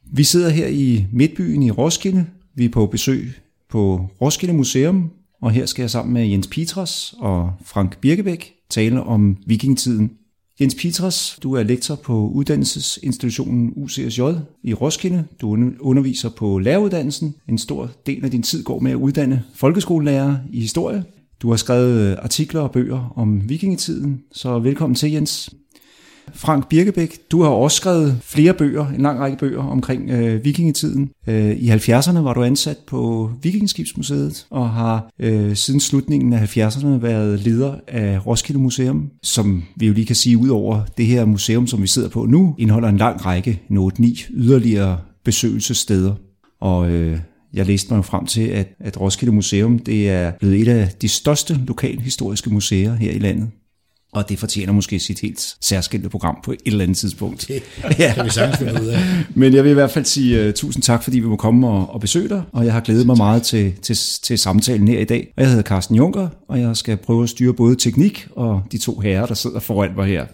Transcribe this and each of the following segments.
Vi sidder her i Midtbyen i Roskilde. Vi er på besøg på Roskilde Museum, og her skal jeg sammen med Jens Petras og Frank Birkebæk tale om vikingetiden. Jens Petras, du er lektor på uddannelsesinstitutionen UCSJ i Roskilde. Du underviser på læreruddannelsen. En stor del af din tid går med at uddanne folkeskolelærere i historie. Du har skrevet artikler og bøger om vikingetiden, så velkommen til, Jens. Frank Birkebæk, du har også skrevet flere bøger, en lang række bøger omkring vikingetiden. I 70'erne var du ansat på Vikingeskibsmuseet og har siden slutningen af 70'erne været leder af Roskilde Museum, som vi jo lige kan sige, ud over det her museum, som vi sidder på nu, indeholder en lang række, 8-9 yderligere besøgelsessteder. Og jeg læste mig jo frem til, at Roskilde Museum det er blevet et af de største lokalhistoriske museer her i landet. Og det fortjener måske sit helt særskilte program på et eller andet tidspunkt. Det kan vi sagtens finde ud af. Men jeg vil i hvert fald sige tusind tak, fordi vi må komme og besøge dig. Og jeg har glædet mig meget til samtalen her i dag. Og jeg hedder Carsten Junker, og jeg skal prøve at styre både teknik og de to herrer, der sidder foran mig her.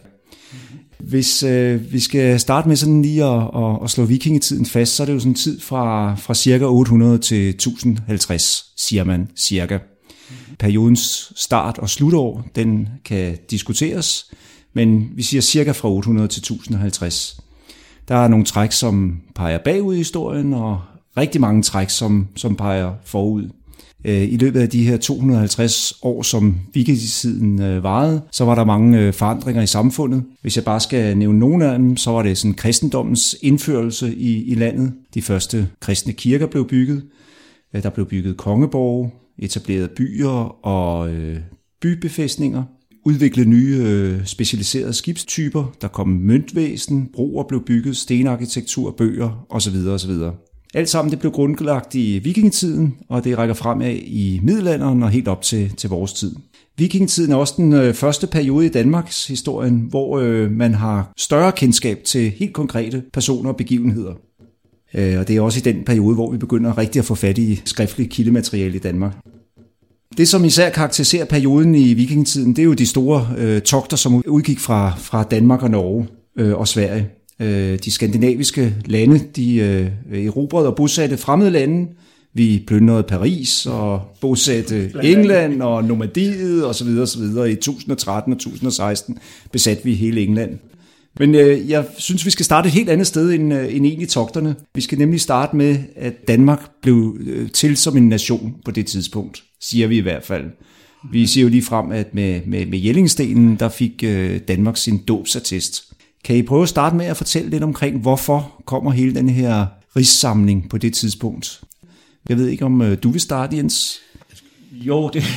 Hvis vi skal starte med sådan lige at slå vikingetiden fast, så er det jo sådan en tid fra cirka 800 til 1050, siger man cirka. Periodens start- og slutår, den kan diskuteres, men vi siger cirka fra 800 til 1050. Der er nogle træk, som peger bagud i historien, og rigtig mange træk, som peger forud. I løbet af de her 250 år, som vikingetiden varede, så var der mange forandringer i samfundet. Hvis jeg bare skal nævne nogle af dem, så var det sådan kristendommens indførelse i landet. De første kristne kirker blev bygget. Der blev bygget kongeborge, etableret byer og bybefæstninger, udviklet nye specialiserede skibstyper, der kom møntvæsen, broer blev bygget, stenarkitektur, bøger osv. osv. Alt sammen det blev grundlagt i vikingetiden, og det rækker fremad i middelalderen og helt op til vores tid. Vikingetiden er også den første periode i Danmarks historien, hvor man har større kendskab til helt konkrete personer og begivenheder. Og det er også i den periode, hvor vi begynder rigtig at få fat i skriftligt kildemateriale i Danmark. Det, som især karakteriserer perioden i vikingetiden, det er jo de store togter, som udgik fra Danmark og Norge og Sverige. De skandinaviske lande, de erobrede og bosatte fremmede lande. Vi plyndrede Paris og bosatte England og Normandiet osv. osv. I 1013 og 1016 besatte vi hele England. Men jeg synes, vi skal starte et helt andet sted end egentlig togterne. Vi skal nemlig starte med, at Danmark blev til som en nation på det tidspunkt, siger vi i hvert fald. Vi siger jo lige frem, at med Jellingstenen, der fik Danmark sin dåbsattest. Kan I prøve at starte med at fortælle lidt omkring, hvorfor kommer hele den her rigssamling på det tidspunkt? Jeg ved ikke, om du vil starte, Jens? Jo, det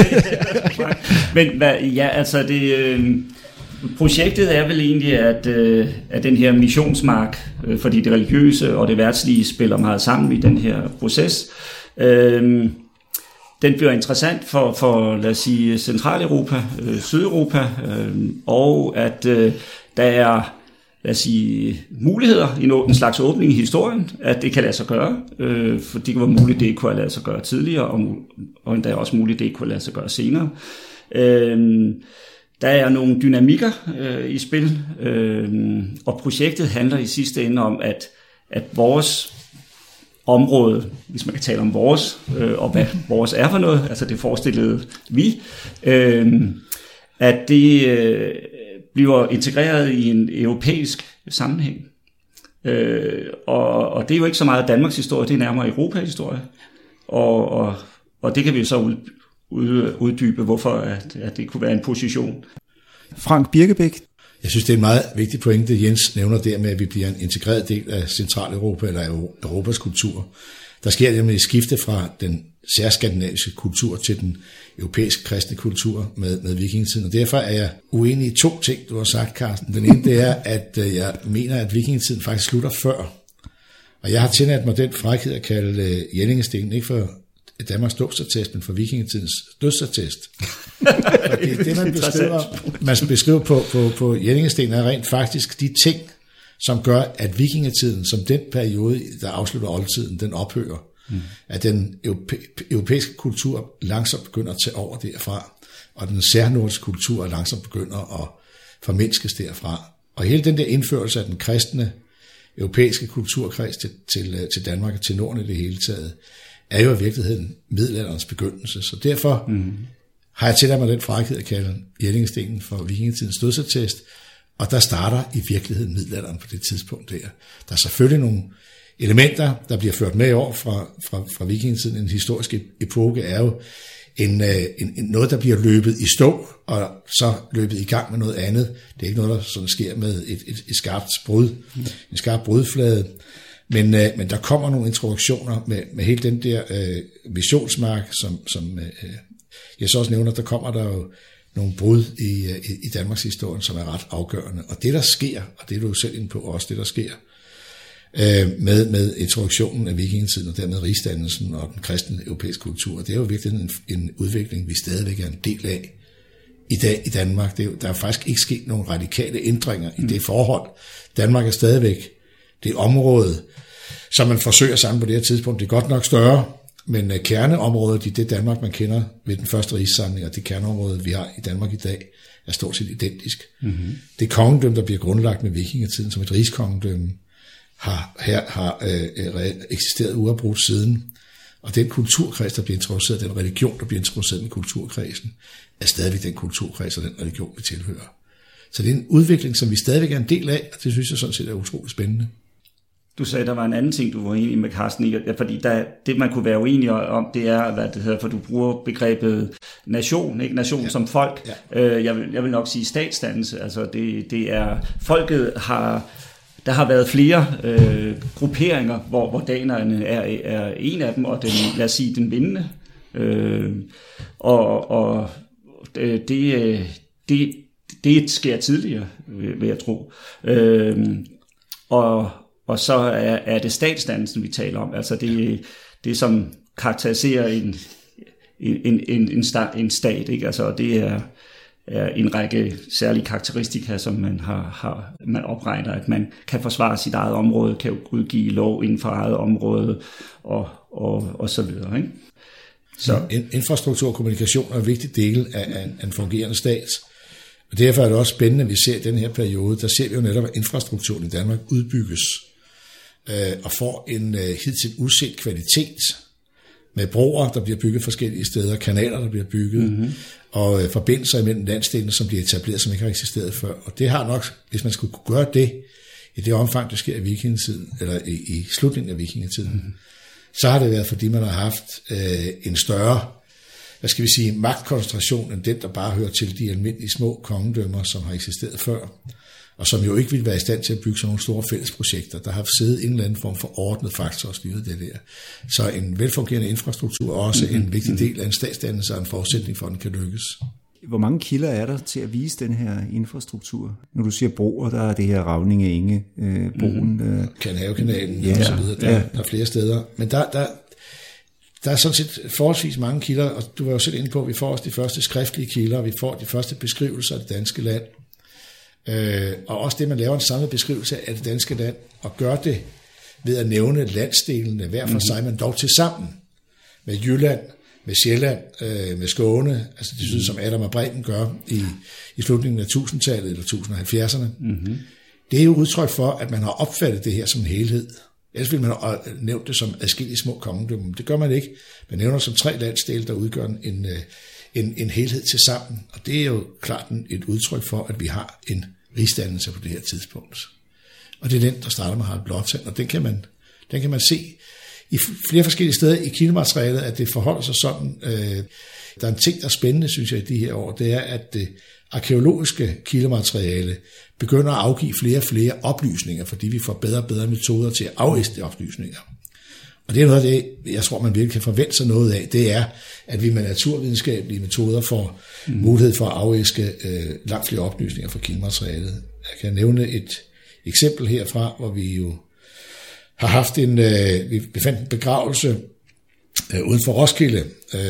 men ja, altså det... Projektet er vel egentlig, at den her missionsmark, fordi det religiøse og det verdslige spiller meget sammen i den her proces, den bliver interessant for lad os sige, Centraleuropa, Sydeuropa, og at der er lad os sige, muligheder, en slags åbning i historien, at det kan lade sig gøre, for det var muligt, det ikke kunne lade sig gøre tidligere, og endda også muligt, det ikke kunne lade sig gøre senere. Der er nogle dynamikker i spil, og projektet handler i sidste ende om, at vores område, hvis man kan tale om vores, og hvad vores er for noget, altså det forestillede vi, at det bliver integreret i en europæisk sammenhæng. Og det er jo ikke så meget Danmarks historie, det er nærmere Europas historie, og det kan vi jo så uddybe, hvorfor at det kunne være en position. Frank Birkebæk. Jeg synes, det er en meget vigtig pointe, Jens nævner der med, at vi bliver en integreret del af Centraleuropa eller Europas kultur. Der sker nemlig et skifte fra den særskandinaviske kultur til den europæiske kristne kultur med vikingetiden. Og derfor er jeg uenig i to ting, du har sagt, Carsten. Den ene det er, at jeg mener, at vikingetiden faktisk slutter før. Og jeg har tilladt mig den frækhed at kalde Jellingstenen, ikke for Danmarks dåbsattest, men for vikingetidens dødsattest. Fordi det, man beskriver på Jellingstenen, er rent faktisk de ting, som gør, at vikingetiden, som den periode, der afslutter oldtiden, den ophører. At den europæiske kultur langsomt begynder at tage over derfra, og den særnordiske kultur langsomt begynder at formindskes derfra. Og hele den der indførelse af den kristne europæiske kulturkreds til Danmark og til Norden i det hele taget, er jo i virkeligheden middelalderens begyndelse. Så derfor har jeg tilladt mig den frækhed at kalde Jellingstenen for vikingetidens dødsattest, og der starter i virkeligheden middelalderen på det tidspunkt der. Der er selvfølgelig nogle elementer, der bliver ført med over fra vikingetiden. En historisk epoke er jo noget, der bliver løbet i stå, og så løbet i gang med noget andet. Det er ikke noget, der sådan sker med et skarpt brud, en skarp brudflade. Men der kommer nogle introduktioner med hele den der visionsmark, som jeg så også nævner, der kommer der jo nogle brud i Danmarks historien, som er ret afgørende. Og det, der sker, og det er du jo selv inde på også, det der sker med introduktionen af vikingetiden, og dermed rigsdannelsen og den kristne europæiske kultur, det er jo virkelig en udvikling, vi stadigvæk er en del af i dag i Danmark. Der er faktisk ikke sket nogle radikale ændringer i det forhold. Danmark er stadigvæk det område, som man forsøger sammen på det her tidspunkt. Det er godt nok større, men kerneområdet i det Danmark, man kender ved den første rigssamling, og det kerneområde, vi har i Danmark i dag, er stort set identisk. Mm-hmm. Det kongedømme, der bliver grundlagt med vikingetiden som et rigskongedømme, har eksisteret uafbrudt siden. Og den kulturkreds, der bliver introduceret, den religion, der bliver introduceret med kulturkredsen, er stadigvæk den kulturkreds og den religion, vi tilhører. Så det er en udvikling, som vi stadigvæk er en del af, og det synes jeg sådan set er utroligt spændende. Du sagde, der var en anden ting, du var enig med Carsten i, fordi det, man kunne være uenig om, det er, hvad det hedder, for du bruger begrebet nation, ikke? Nation som folk. Ja. Jeg vil nok sige statsdannelse. Altså det er, folket der har været flere grupperinger, hvor danerne er en af dem, og den, lad os sige, den vindende. Det sker tidligere, vil jeg tro. Og så er det statsdannelsen, vi taler om. Altså det som karakteriserer en stat, ikke? Altså det er en række særlige karakteristika, som man opregner, at man kan forsvare sit eget område, kan udgive lov inden for eget område og så videre, ikke? Så infrastruktur og kommunikation er en vigtig del af en fungerende stat. Og derfor er det også spændende, at vi ser i den her periode, der ser vi jo netop, at infrastrukturen i Danmark udbygges og får en hidtil uset kvalitet med broer, der bliver bygget forskellige steder, kanaler, der bliver bygget, og forbindelser imellem landsdelene, som bliver etableret, som ikke har eksisteret før. Og det har nok, hvis man skulle kunne gøre det i det omfang, der sker i vikingetiden, eller i slutningen af vikingetiden, så har det været, fordi man har haft en større, magtkoncentration end den, der bare hører til de almindelige små kongedømmer, som har eksisteret før, og som jo ikke ville være i stand til at bygge sådan nogle store fællesprojekter. Der har siddet en eller anden form for ordnet faktor og styret det der. Så en velfungerende infrastruktur er også en vigtig del af en statsdannelse og en forudsætning for, at den kan lykkes. Hvor mange kilder er der til at vise den her infrastruktur? Når du siger broer, der er det her Ravninge Enge, broen. Havekanalen og så videre. Der er flere steder. Men der er sådan set forholdsvis mange kilder, og du var jo selv inde på, at vi får også de første skriftlige kilder, og vi får de første beskrivelser af det danske land. Og også det, man laver en samlet beskrivelse af det danske land, og gør det ved at nævne landsdelene hver for sig, men dog til sammen med Jylland, med Sjælland, med Skåne, altså det synes som Adam og Bremen gør i slutningen af 1000-tallet eller 1070'erne. Mm-hmm. Det er jo udtryk for, at man har opfattet det her som en helhed. Ellers ville man have nævnt det som adskillige små kongedømmer. Det gør man ikke. Man nævner som 3 landsdele, der udgør en helhed til sammen. Og det er jo klart et udtryk for, at vi har en rigsdannelse på det her tidspunkt. Og det er den, der starter med Harald Blåtand, og den kan man se i flere forskellige steder i kildematerialet, at det forholder sig sådan. Der er en ting, der er spændende, synes jeg, i de her år, det er, at det arkæologiske kildemateriale begynder at afgive flere og flere oplysninger, fordi vi får bedre og bedre metoder til at afæske de oplysninger. Og det er noget af det, jeg tror, man virkelig kan forvente sig noget af, det er, at vi med naturvidenskabelige metoder får mulighed for at afæske langt flere oplysninger fra kildematerialet. Jeg kan nævne et eksempel herfra, hvor vi jo har haft vi fandt en begravelse uden for Roskilde,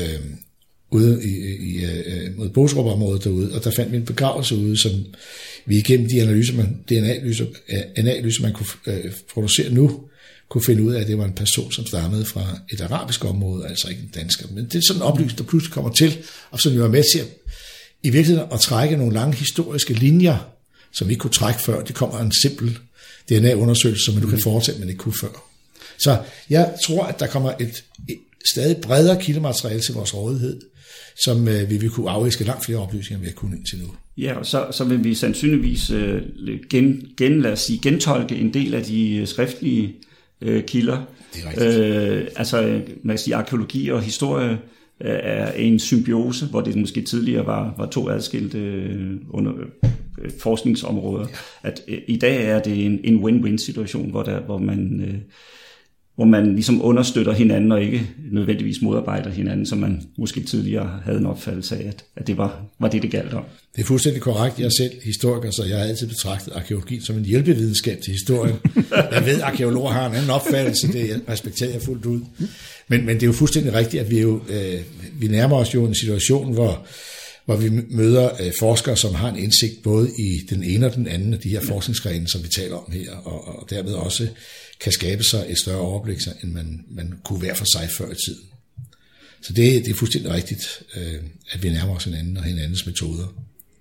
ude mod Bostrup-området derude, og der fandt vi en begravelse ude, som vi igennem de DNA-analyser, man kunne producere nu, kunne finde ud af, at det var en person, som stammede fra et arabisk område, altså ikke en dansker. Men det er sådan en oplysning, der pludselig kommer til, og som jo er med til i virkeligheden at trække nogle lange historiske linjer som vi ikke kunne trække før. Det kommer en simpel DNA-undersøgelse, som du kan foretage, men ikke kunne før. Så jeg tror, at der kommer et stadig bredere kildemateriale til vores rådighed, som vi vil kunne afæske langt flere oplysninger, end vi har kunnet indtil nu. Ja, og så vil vi sandsynligvis lad os sige, gentolke en del af de skriftlige kilder. Det er rigtigt. Altså, man kan sige, arkeologi og historie er en symbiose, hvor det måske tidligere var to adskilte forskningsområder. Ja. At i dag er det en win-win situation, hvor man ligesom understøtter hinanden og ikke nødvendigvis modarbejder hinanden, som man måske tidligere havde en opfattelse af, at det var det galt om. Det er fuldstændig korrekt. Jeg er selv historiker, så jeg har altid betragtet arkeologi som en hjælpevidenskab til historien. Jeg ved, at arkeologer har en anden opfattelse, det respekterer jeg fuldt ud. Men det er jo fuldstændig rigtigt, at vi nærmer os jo en situation, hvor vi møder forskere, som har en indsigt både i den ene og den anden af de her forskningsgrene, som vi taler om her, og dermed også kan skabe sig et større overblik, end man kunne være for sig før i tiden. Så det er fuldstændig rigtigt, at vi nærmer os hinanden og hinandens metoder.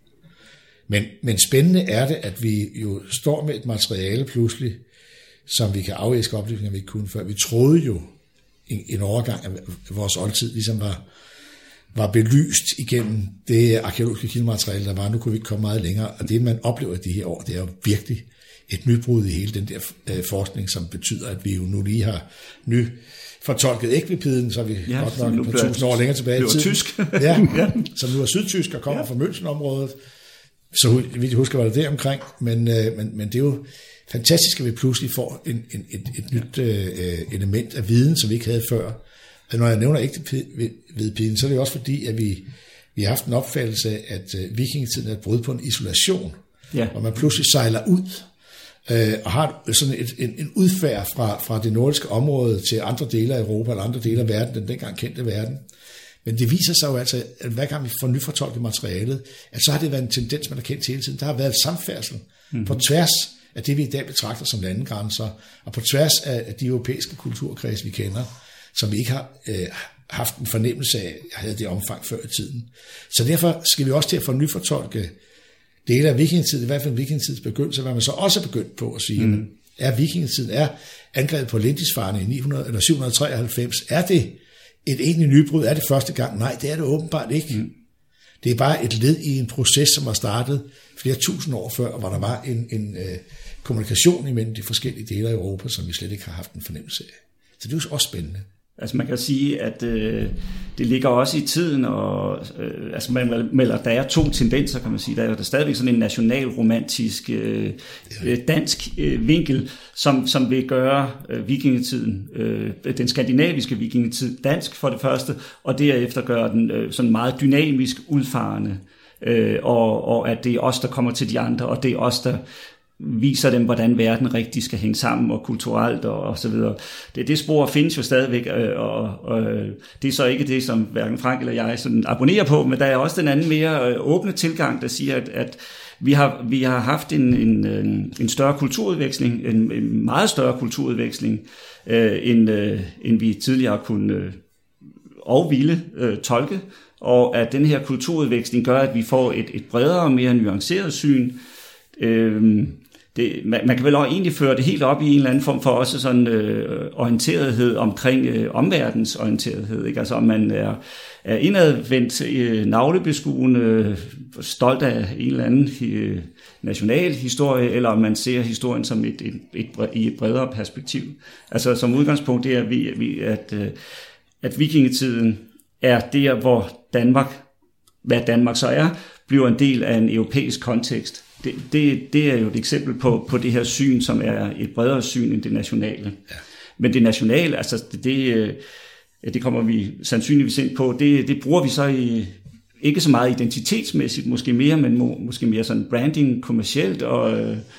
Men spændende er det, at vi jo står med et materiale pludselig, som vi kan afæske oplysninger, vi ikke kunne før. Vi troede jo en overgang af vores oldtid ligesom var belyst igennem det arkeologiske kildemateriale, der var. Nu kunne vi ikke komme meget længere, og det man oplever i de her år, det er jo virkelig et nybrud i hele den der forskning, som betyder, at vi jo nu lige har fortolket ekvipeden, så vi godt nok på 1000 år længere tilbage i tiden. Tysk. Ja, som nu er sydtysk og kommer fra München-området. Så vidt jeg husker, var det der omkring. Men det er jo fantastisk, at vi pludselig får et nyt element af viden, som vi ikke havde før. Og når jeg nævner ekvipeden, så er det også fordi, at vi har haft en opfattelse af, at vikingetiden er et brud på en isolation, hvor man pludselig sejler ud og har sådan en udfærd fra det nordiske område til andre dele af Europa eller andre dele af verden, den dengang kendte verden. Men det viser sig jo altså, at hver gang vi får nyfortolket materialet, at så har det været en tendens, man har kendt hele tiden. Der har været et samfærdsel på tværs af det, vi i dag betragter som landegrænser, og på tværs af de europæiske kulturkredse, vi kender, som vi ikke har haft en fornemmelse af, at havde det omfang før i tiden. Så derfor skal vi også til at få nyfortolke dele af vikingetiden, i hvert fald vikingetidens begyndelse, hvad man så også er begyndt på at sige, er vikingetiden, er angrebet på Lindisfarne i 793, er det et egentlig nybrud? Er det første gang? Nej, det er det åbenbart ikke. Det er bare et led i en proces, som var startet flere tusind år før, hvor der var en kommunikation imellem de forskellige dele af Europa, som vi slet ikke har haft en fornemmelse af. Så det er jo også spændende. Altså man kan sige, at det ligger også i tiden, og altså der er to tendenser, kan man sige. Der er jo stadigvæk sådan en nationalromantisk dansk vinkel, som vil gøre vikingetiden, den skandinaviske vikingetid dansk for det første, og derefter gøre den sådan meget dynamisk udfarende, og at det er os, der kommer til de andre, og det er os, der viser dem, hvordan verden rigtig skal hænge sammen, og kulturelt og så videre. Det spor findes jo stadigvæk, og det er så ikke det, som hverken Frank eller jeg sådan abonnerer på, men der er også den anden mere åbne tilgang, der siger, at vi har haft en større kulturudveksling, en meget større kulturudveksling, end vi tidligere kunne og ville tolke, og at den her kulturudveksling gør, at vi får et bredere og mere nuanceret syn. Man kan vel også egentlig føre det helt op i en eller anden form for også sådan orienterethed omkring omverdensorienterethed, ikke? Altså om man er indadvendt, navlebeskuende, stolt af en eller anden national historie, eller om man ser historien som i et bredere perspektiv. Altså som udgangspunkt det er, at vikingetiden er der, hvor hvad Danmark så er, bliver en del af en europæisk kontekst. Det er jo et eksempel på det her syn, som er et bredere syn end det nationale. Ja. Men det nationale, altså det kommer vi sandsynligvis ind på, det bruger vi så ikke så meget identitetsmæssigt, måske mere, men måske mere sådan branding kommercielt, og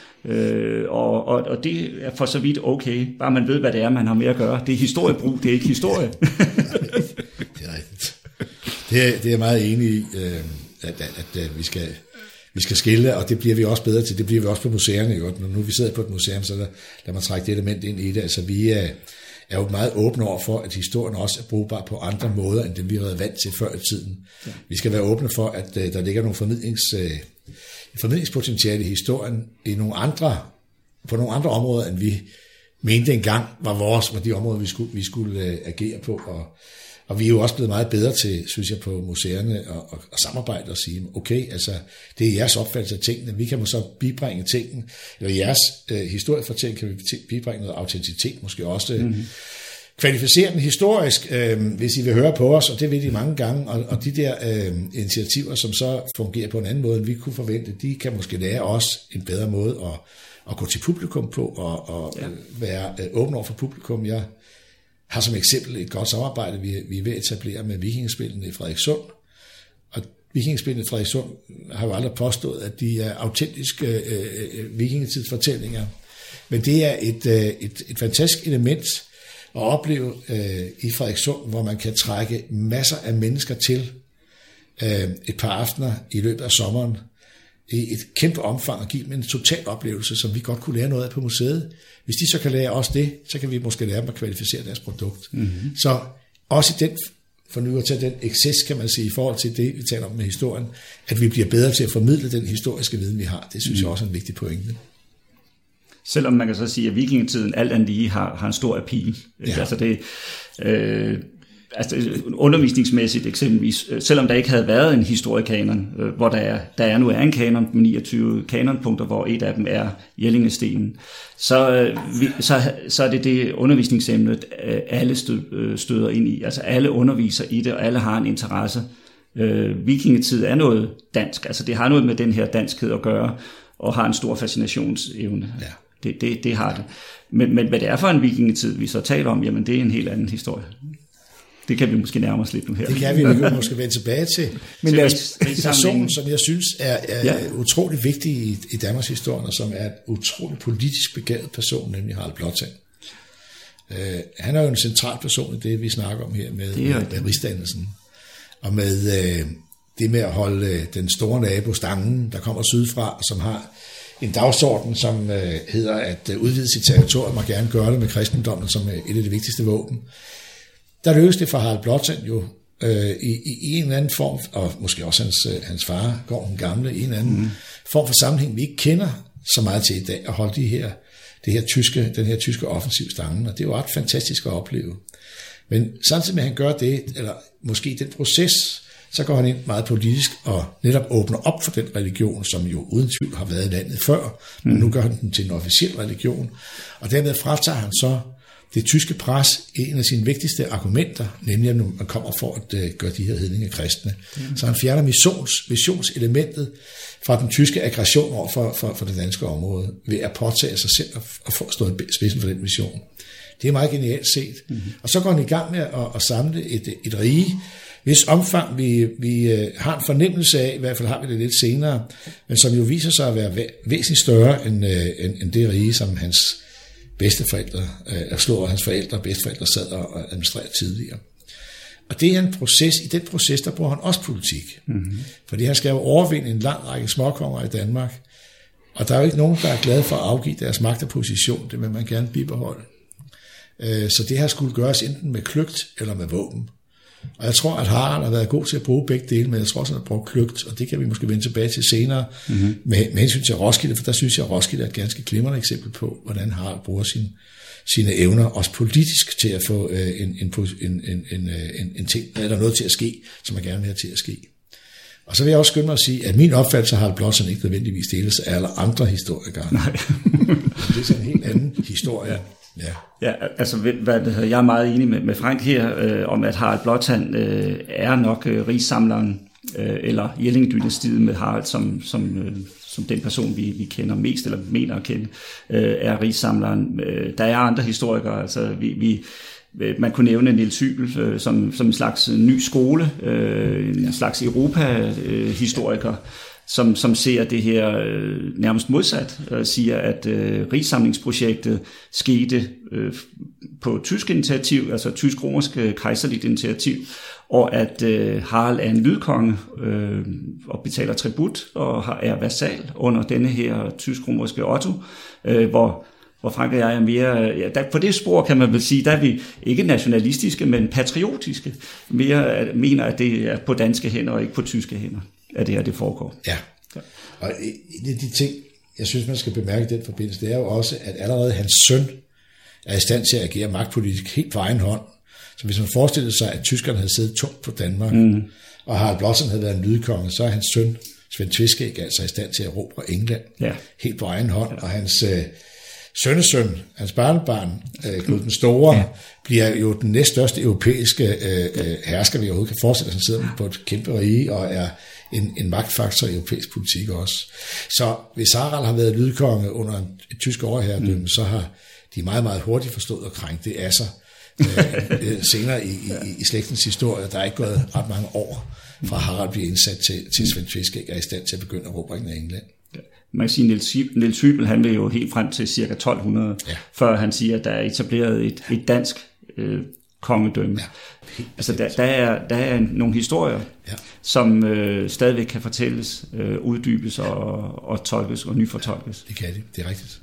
det er for så vidt okay, bare man ved, hvad det er, man har med at gøre. Det er historiebrug, det er ikke historie. Det er rigtigt. Det er meget enig i, at vi skal skille, og det bliver vi også bedre til. Det bliver vi også på museerne. Når nu vi sidder på et museum, så lad mig trække det element ind i det. Altså vi er jo meget åbne over for, at historien også er brugbar på andre måder, end dem vi har været vant til før i tiden. Ja. Vi skal være åbne for, at der ligger nogle formidlingspotentiale i historien på nogle andre områder, end vi mente engang var de områder, vi skulle agere på. Og vi er jo også blevet meget bedre til, synes jeg, på museerne at samarbejde og sige, okay, altså det er jeres opfattelse af tingene, vi kan så bibringe tingene, eller jeres historiefortælling kan vi bibringe noget autenticitet, måske også kvalificere den historisk, hvis I vil høre på os, og det vil de mange gange, og de der initiativer, som så fungerer på en anden måde, end vi kunne forvente, de kan måske lære os en bedre måde at gå til publikum på, og være åben over for publikum. Jeg har som eksempel et godt samarbejde, vi er ved at etablere med Vikingespillene i Frederikssund. Og Vikingespillene i Frederikssund har jo aldrig påstået, at de er autentiske vikingetidsfortællinger. Men det er et fantastisk element at opleve i Frederikssund, hvor man kan trække masser af mennesker til et par aftener i løbet af sommeren i et kæmpe omfang og give dem en total oplevelse, som vi godt kunne lære noget af på museet. Hvis de så kan lære os det, så kan vi måske lære dem at kvalificere deres produkt. Så også i den, for nu at tage den excess, kan man sige, i forhold til det, vi taler om med historien, at vi bliver bedre til at formidle den historiske viden, vi har. Det synes jeg også er en vigtig pointe. Selvom man kan så sige, at vikingetiden alt andet lige har en stor appeal. Ja. Altså det... undervisningsmæssigt eksempelvis, selvom der ikke havde været en historiekanon, hvor der nu er en kanon med 29 kanonpunkter, hvor et af dem er Jellingestenen, så er det undervisningsemnet, alle støder ind i. Altså alle underviser i det, og alle har en interesse. Vikingetid er noget dansk, altså det har noget med den her danskhed at gøre, og har en stor fascinationsevne. Ja. Det har det. Men hvad det er for en vikingetid, vi så taler om, jamen det er en helt anden historie. Det kan vi måske nærme os lidt nu her. Det kan vi måske vende tilbage til. Men personen, som jeg synes er utrolig vigtig i Danmarks historie, og som er et utrolig politisk begavet person, nemlig Harald Blåtand. Han er jo en central person i det, vi snakker om her med rigsdannelsen. Og med det med at holde den store nabo Stangen, der kommer sydfra, som har en dagsorden, som hedder at udvide sit territorium og gerne gøre det med kristendommen som et af de vigtigste våben. Der lykkedes det for Harald Blåtand jo i en eller anden form, og måske også hans far, Gård den Gamle, i en eller anden form for sammenhæng, vi ikke kender så meget til i dag, at holde den her tyske offensiv Stangen, og det er jo ret fantastisk at opleve. Men samtidig med at han gør det, eller måske den proces, så går han ind meget politisk og netop åbner op for den religion, som jo uden tvivl har været i landet før, men nu gør han den til en officiel religion, og dermed fratager han så det tyske pres en af sine vigtigste argumenter, nemlig at man kommer for at gøre de her hedninge kristne. Så han fjerner missionselementet fra den tyske aggression over for det danske område, ved at påtage sig selv og få stået i spidsen for den mission. Det er meget genialt set. Og så går han i gang med at samle et rige, hvis omfang vi har en fornemmelse af, i hvert fald har vi det lidt senere, men som jo viser sig at være væsentligt større end det rige, som hans bedsteforældre, hans forældre og bedsteforældre sad og administrerede tidligere. Og det er en proces, i den proces, der bruger han også politik. Fordi han skal jo overvinde en lang række småkonger i Danmark, og der er jo ikke nogen, der er glade for at afgive deres magt og position, det vil man gerne bibeholde. Så det her skulle gøres enten med kløgt eller med våben. Og jeg tror, at Harald har været god til at bruge begge dele, men jeg tror også, at han har brugt kløgt, og det kan vi måske vende tilbage til senere med hensyn til Roskilde, for der synes jeg, at Roskilde er et ganske glimrende eksempel på, hvordan Harald bruger sine evner, også politisk, til at få en ting, eller noget til at ske, som man gerne vil have til at ske. Og så vil jeg også skynde mig at sige, at min opfattelse har Harald Blåtand ikke nødvendigvis deles af alle andre historikere. Nej. Det er sådan en helt anden historie. Ja, altså jeg er meget enig med Frank her om, at Harald Blåtand er nok rigssamleren eller Jelling-dynastiet med Harald som den person, vi kender mest, eller mener at kende, er rigssamleren. Der er andre historikere, altså man kunne nævne Niels Hybel som en slags ny skole, en slags Europa-historiker, som ser det her nærmest modsat, siger, at rigssamlingsprojektet skete på tysk initiativ, altså tysk-romersk kejserligt initiativ, og at Harald er en lydkonge og betaler tribut og er vasal under denne her tysk-romerske Otto, hvor Frank og jeg er mere, på det spor kan man vel sige, der er vi ikke nationalistiske, men patriotiske, mere mener, at det er på danske hænder og ikke på tyske hænder, at det her det foregår. Ja, Ja. Og en af de ting, jeg synes, man skal bemærke i den forbindelse, det er jo også, at allerede hans søn er i stand til at agere magtpolitisk helt på egen hånd. Så hvis man forestillede sig, at tyskerne havde siddet tungt på Danmark, og Harald Blåtand havde været en lydkonge, så er hans søn, Svend Tveskæg, altså i stand til at erobre England helt på egen hånd, og hans sønnesøn, hans barnebarn, Knud den Store, bliver jo den næststørste europæiske hersker, vi overhovedet kan forestille os. Han sidder på et kæmpe rige og er en magtfaktor i europæisk politik også. Så hvis Harald har været lydkonge under et tysk overherredømme, så har de meget, meget hurtigt forstået at krænke det af sig. Senere i slægtens historie, der er ikke gået ret mange år, fra Harald bliver indsat til Svend Tveskæg er i stand til at begynde erobringen af England. Man kan sige, Niels Hybel, han vil jo helt frem til cirka 1200, før han siger, at der er etableret et dansk kongedømme. Ja. Altså der er nogle historier, som stadigvæk kan fortælles, uddybes og tolkes og nyfortolkes. Det kan det er rigtigt.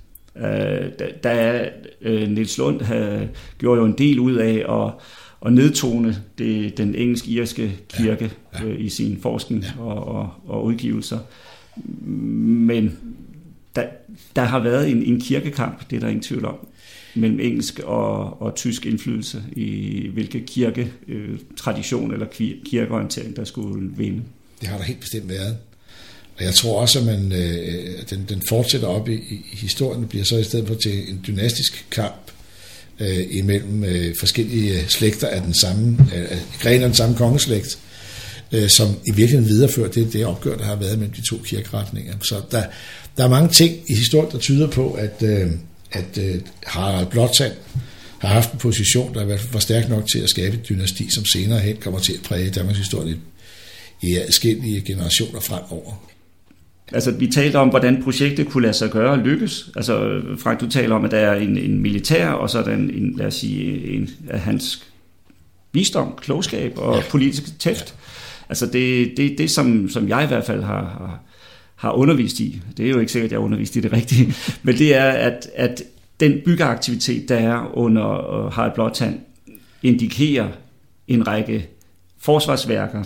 Niels Lund gjorde jo en del ud af at nedtone den engelsk-irske kirke i sin forskning og udgivelser. Men der har været en kirkekamp, det er der ingen tvivl om, mellem engelsk og tysk indflydelse i hvilke kirketradition eller kirkeorientering, der skulle vinde. Det har der helt bestemt været. Og jeg tror også, at den fortsætter op i historien, bliver så i stedet for til en dynastisk kamp imellem forskellige slægter af den samme, grene af den samme kongeslægt, som i virkeligheden viderefører det opgør, der har været mellem de to kirkeretninger. Så der er mange ting i historien, der tyder på, at Harald Blåtand har haft en position, der i hvert fald var stærk nok til at skabe et dynasti, som senere hen kommer til at præge Danmarks historie i adskillige generationer fremover. Altså, vi talte om, hvordan projektet kunne lade sig gøre og lykkes. Altså, Frank, du taler om, at der er en militær, og så er der lad os sige, en af hans visdom, klogskab og politisk tæft. Altså, det som jeg i hvert fald har undervist i, det er jo ikke sikkert, at jeg har undervist i det rigtige, men det er, at den byggeaktivitet, der er under Harald Blåtand, indikerer en række forsvarsværker,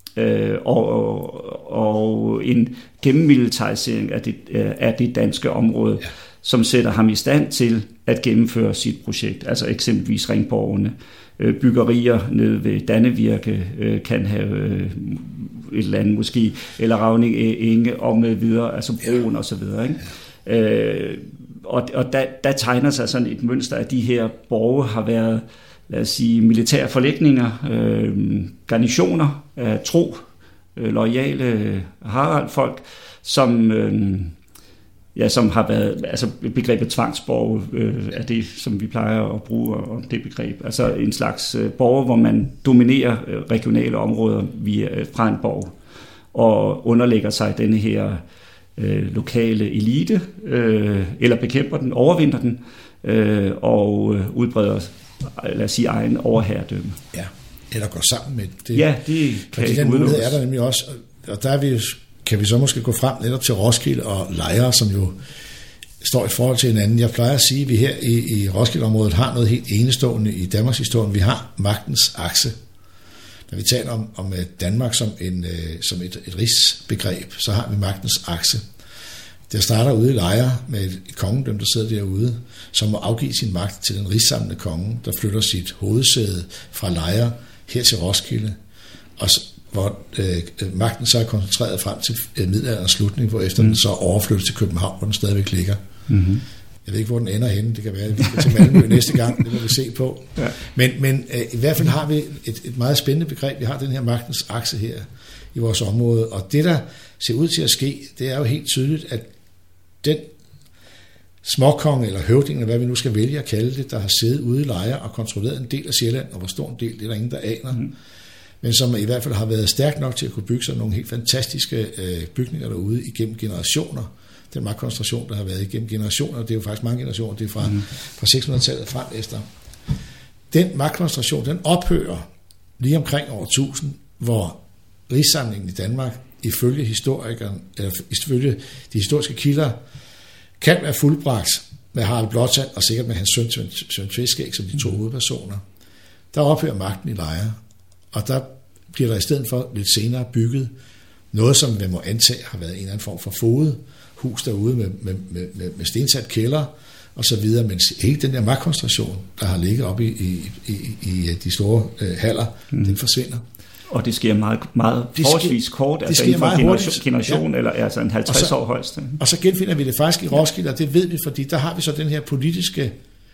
og en gennemmilitarisering af det danske område, som sætter ham i stand til at gennemføre sit projekt. Altså eksempelvis ringborgene, byggerier nede ved Dannevirke kan have et eller andet måske, eller Ravning Enge og med videre, altså broen og så videre. Ikke? Og der tegner sig sådan et mønster, at de her borge har været, lad os sige, militære forlægninger, garnisoner af tro, loyale Harald-folk, som har været, altså begrebet tvangsborge er det, som vi plejer at bruge om det begreb. Altså en slags borge, hvor man dominerer regionale områder fra en borg, og underlægger sig denne her lokale elite, eller bekæmper den, overvinder den, og udbreder, lad os sige, egen overherredømme. Ja, eller går sammen med det. Ja, det kan ikke udelukkes. Er der nemlig også, og der kan vi så måske gå frem netop til Roskilde og Lejre, som jo står i forhold til hinanden. Jeg plejer at sige, at vi her i Roskilde-området har noget helt enestående i Danmarks historie. Vi har magtens akse. Når vi taler om Danmark som et rigsbegreb, så har vi magtens akse. Der starter ude i Lejre med et kongedømme, der sidder derude, som må afgive sin magt til den rigssamlende konge, der flytter sit hovedsæde fra Lejre her til Roskilde, og hvor magten så er koncentreret frem til middelalderens slutning, hvorefter den så overflyttes til København, hvor den stadigvæk ligger. Mm-hmm. Jeg ved ikke, hvor den ender henne. Det kan være, at vi skal til Malmø næste gang. Det må vi se på. Ja. Men i hvert fald har vi et meget spændende begreb. Vi har den her magtens akse her i vores område. Og det, der ser ud til at ske, det er jo helt tydeligt, at den småkonge eller høvding, eller hvad vi nu skal vælge at kalde det, der har siddet ude i Lejre og kontrolleret en del af Sjælland, og hvor stor en del, det er der ingen, der aner. Mm. Men som i hvert fald har været stærk nok til at kunne bygge sig nogle helt fantastiske bygninger derude igennem generationer. Den magtkoncentration, der har været igennem generationer, det er jo faktisk mange generationer, det er fra 600-tallet frem efter. Den magtkoncentration, den ophører lige omkring år 1000, hvor rigssamlingen i Danmark, ifølge historikeren, eller ifølge de historiske kilder, kan være fuldbragt med Harald Blåtand og sikkert med hans søn Svend Tveskæg som de to hovedpersoner. Der ophører magten i Lejre, og der bliver der i stedet for lidt senere bygget noget, som man må antage har været en eller anden form for fogedhus derude med stensat kælder og så videre, men hele den der magtkoncentration, der har ligget oppe i de store haller, den forsvinder. Og det sker meget forholdsvis kort, altså inden for en generation, eller altså en 50 år højst. Og så genfinder vi det faktisk i Roskilde, og det ved vi, fordi der har vi så den her politiske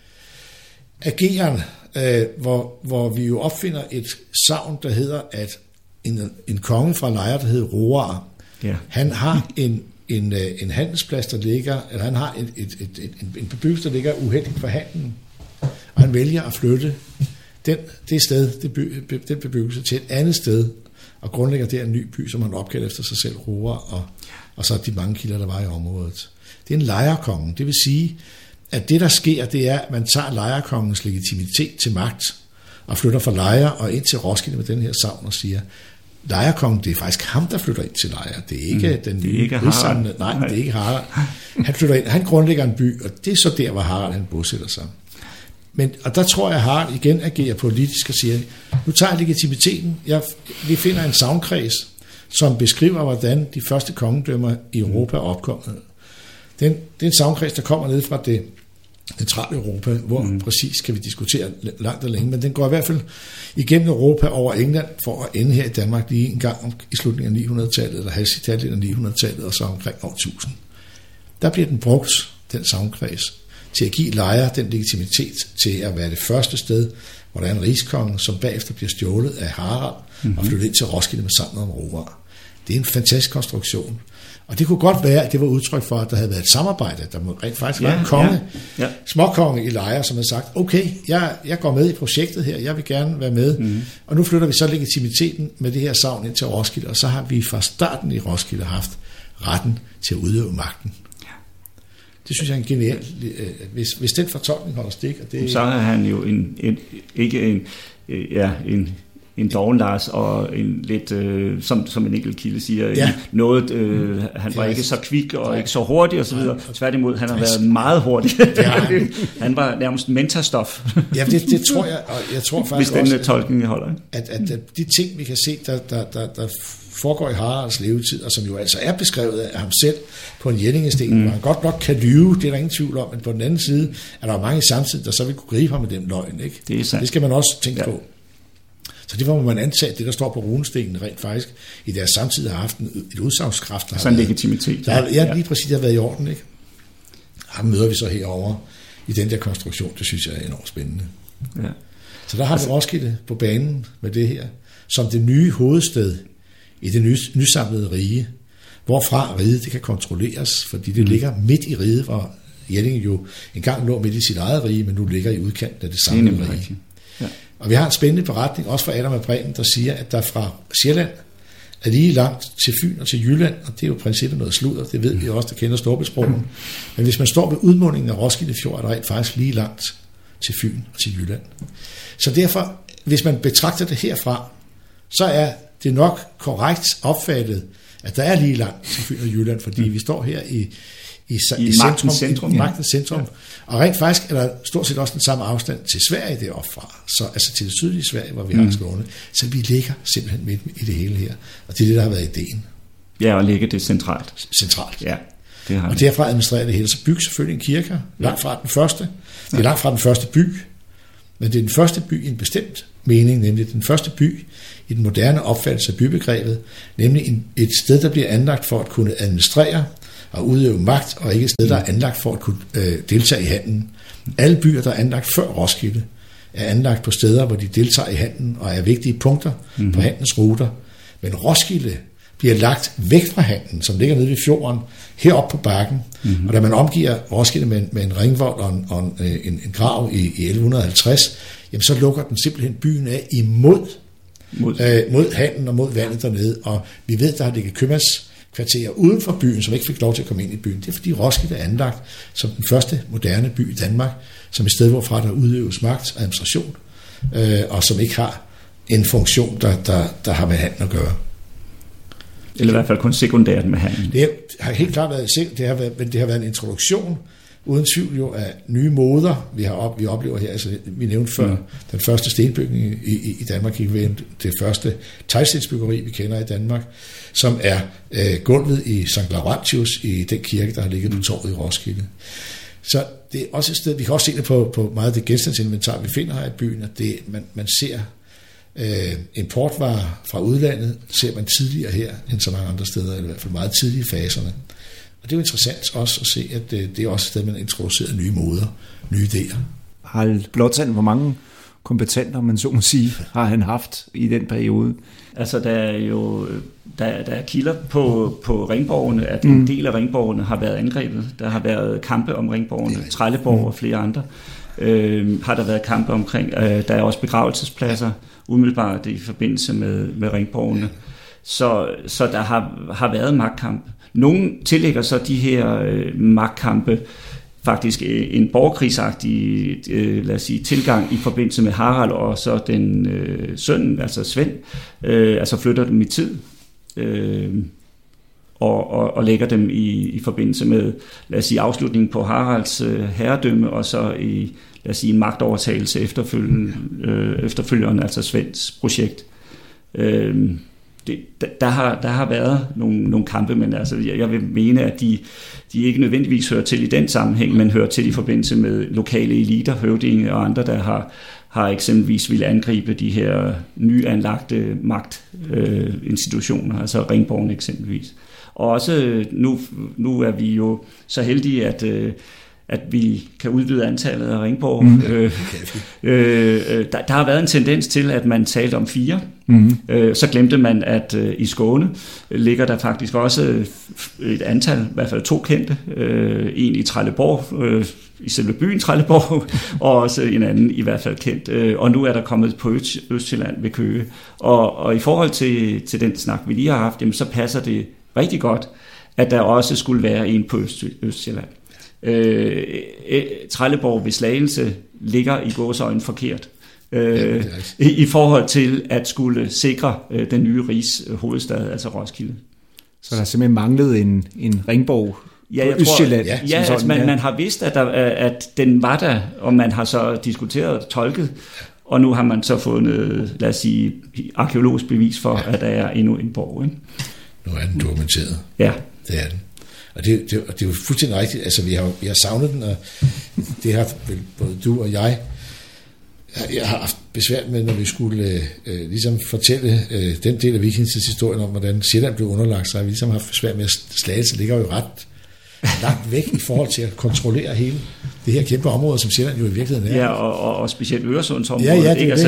ageren, hvor vi jo opfinder et sagn, der hedder, at en konge fra Lejre, der hedder Roar, han har en handelsplads, der ligger, eller han har en bebyggelse, der ligger uheldigt for handelen, og han vælger at flytte den bebyggelse til et andet sted, og grundlægger der en ny by, som han opkalder efter sig selv, Roar, og så de mange kilder, der var i området. Det er en lejrekonge. Det vil sige, at det, der sker, det er, at man tager lejrekongens legitimitet til magt, og flytter fra Lejre og ind til Roskilde med den her sagn og siger, lejrekongen, det er faktisk ham, der flytter ind til Lejre. Det er ikke den nye Harald. Nej, det er ikke Harald. Han flytter ind, han grundlægger en by, og det er så der, hvor Harald han bosætter sig. Og der tror jeg, at Harald igen agerer politisk og siger, nu tager jeg legitimiteten. Vi finder en sagnkreds, som beskriver, hvordan de første kongedømmer i Europa er opkommet. Det er en sagnkreds, der kommer ned fra det centrale Europa, hvor præcis kan vi diskutere langt og længe, men den går i hvert fald igennem Europa over England for at ende her i Danmark lige en gang i slutningen af 900-tallet, eller halvdelen af 900-tallet, og så omkring år 1000. Der bliver den brugt, den sagnkreds, til at give Lejre den legitimitet til at være det første sted, hvor der er en rigskonge, som bagefter bliver stjålet af Harald og flyttet ind til Roskilde med sammen om Roar. Det er en fantastisk konstruktion. Og det kunne godt være, at det var udtryk for, at der havde været et samarbejde. Der må rent faktisk være en konge, småkonge i Lejre, som havde sagt, okay, jeg går med i projektet her, jeg vil gerne være med. Og nu flytter vi så legitimiteten med det her sagn ind til Roskilde, og så har vi fra starten i Roskilde haft retten til at udøve magten. Det synes jeg er en genial, hvis den fortolkning holder stik. Og det, så er han jo en doven Lars, og en lidt, som en enkelt kilde siger, noget, han var ikke så kvik og ikke så hurtig og så videre. Tværtimod, han har været meget hurtig. Han var nærmest mentorstof. Ja, det tror jeg, og jeg tror faktisk hvis den tolkning holder. At de ting, vi kan se, der foregår i Haralds levetid, og som jo altså er beskrevet af ham selv på en Jellingsten, hvor han godt nok kan lyve, det er der ingen tvivl om, men på den anden side er der mange samtidig, der så vil kunne gribe ham med den løgn. Ikke? Det skal man også tænke på. Så det var, må man antage, at det, der står på runestenen, rent faktisk i deres samtid har haft et udsagnskraft. Der sådan en legitimitet. Lige præcis, det har været i orden, ikke? Ham møder vi så herovre i den der konstruktion, det synes jeg er enormt spændende. Ja. Så der har vi Roskilde på banen med det her, som det nye hovedsted i det nysamlede rige, hvorfra riget det kan kontrolleres, fordi det ligger midt i riget, hvor Jelling jo engang lå midt i sit eget rige, men nu ligger i udkanten af det samlede rige. Ja. Og vi har en spændende beretning, også fra Adam af Bremen, der siger, at der fra Sjælland er lige langt til Fyn og til Jylland, og det er jo i princippet noget sludder, det ved vi også, der kender Storebæltsbroen. Men hvis man står ved udmundingen af Roskilde Fjord, er der rent faktisk lige langt til Fyn og til Jylland. Så derfor, hvis man betragter det herfra, så er det nok korrekt opfattet, at der er lige langt til Fyn og Jylland, fordi vi står her i magtens centrum. Ja. Og rent faktisk er der stort set også den samme afstand til Sverige deroppe fra, så altså til det sydlige Sverige, hvor vi har Skåne. Så vi ligger simpelthen midt i det hele her, og det er det, der har været ideen. Ja, og ligge det centralt. Ja. Det har og derfra administrerer det hele. Så byg selvfølgelig en kirke, langt fra den første. Det er langt fra den første by, men det er den første by i en bestemt mening, nemlig den første by i den moderne opfattelse af bybegrebet, nemlig et sted, der bliver anlagt for at kunne administrere og udøve magt, og ikke et sted, der er anlagt for at kunne deltage i handlen. Alle byer, der er anlagt før Roskilde, er anlagt på steder, hvor de deltager i handlen og er vigtige punkter på handlens ruter. Men Roskilde bliver lagt væk fra handlen, som ligger nede ved fjorden, heroppe på bakken. Og da man omgiver Roskilde med en ringvold og en grav i 1150, jamen så lukker den simpelthen byen af imod mod handlen og mod vandet dernede. Og vi ved, der har ligget købmandskvarterer uden for byen, som ikke fik lov til at komme ind i byen. Det er fordi Roskilde er anlagt som den første moderne by i Danmark, som et sted, hvorfra der udøves magt og administration, og som ikke har en funktion, der har med handlen at gøre. Eller i hvert fald kun sekundært med handlen. Det har helt klart været, det har været en introduktion uden tvivl jo af nye moder, vi oplever her. Altså, vi nævnte før den første stenbygning i Danmark, det første teglstensbyggeri, vi kender i Danmark, som er gulvet i St. Laurentius i den kirke, der har ligget på torvet i Roskilde. Så det er også et sted, vi kan også se det på meget af det genstandsinventar, vi finder her i byen, at man ser importvarer fra udlandet, ser man tidligere her end så mange andre steder, eller i hvert fald meget tidlige faserne. Og det er jo interessant også at se, at det er også et sted, man introducerer nye moder, nye idéer. Harald Blåtand, hvor mange kompetenter, man så må sige, har han haft i den periode? Altså, der er jo der er kilder på ringborgene, at en del af ringborgene har været angrebet. Der har været kampe om ringborgene, Trelleborg og flere andre. Har der været kampe omkring. Der er også begravelsespladser umiddelbart i forbindelse med ringborgene. Så der har været magtkamp. Nogle tillægger så de her magtkampe faktisk en borgerkrigsagtig lad os sige, tilgang i forbindelse med Harald og så den søn, altså Svend, altså flytter dem i tid og lægger dem i forbindelse med, lad os sige, afslutningen på Haralds herredømme og så i, lad os sige, en magtovertagelse efterfølgeren, altså Svends projekt. Der har været nogle kampe, men altså, jeg vil mene, at de ikke nødvendigvis hører til i den sammenhæng, men hører til i forbindelse med lokale eliter, høvdinge og andre, der har eksempelvis ville angribe de her nyanlagte magtinstitutioner, altså ringborgen eksempelvis. Og også nu er vi jo så heldige, at vi kan udvide antallet af ringborg. Der har været en tendens til, at man talte om 4. Så glemte man, at i Skåne ligger der faktisk også et antal, i hvert fald 2 kendte. En i Trelleborg, i selve byen Trelleborg, og også en anden i hvert fald kendt. Og nu er der kommet på Østjylland ved Køge. Og i forhold til den snak, vi lige har haft, jamen, så passer det rigtig godt, at der også skulle være en på Østjylland. Trelleborg ved Slagelse ligger i gåseøjne forkert i forhold til at skulle sikre den nye rigs hovedstad, altså Roskilde. Så der simpelthen manglede en ringborg på Østjylland? Altså man har vidst, at den var der, og man har så diskuteret og tolket, og nu har man så fundet, lad os sige, arkæologisk bevis for, at der er endnu en borg. Ikke? Nu er den dokumenteret. Ja. Det er den. Og det er jo fuldstændig rigtigt. Altså, vi har savnet den, og det har både du og jeg har haft besvært med, når vi skulle ligesom fortælle den del af vikingetidshistorien om, hvordan Sjælland blev underlagt, så har vi ligesom haft besvært med, at Slagelse ligger jo ret langt væk i forhold til at kontrollere hele det her kæmpe område, som Sjælland jo i virkeligheden er. Ja, og specielt Øresundsområdet. Ja, ikke? Altså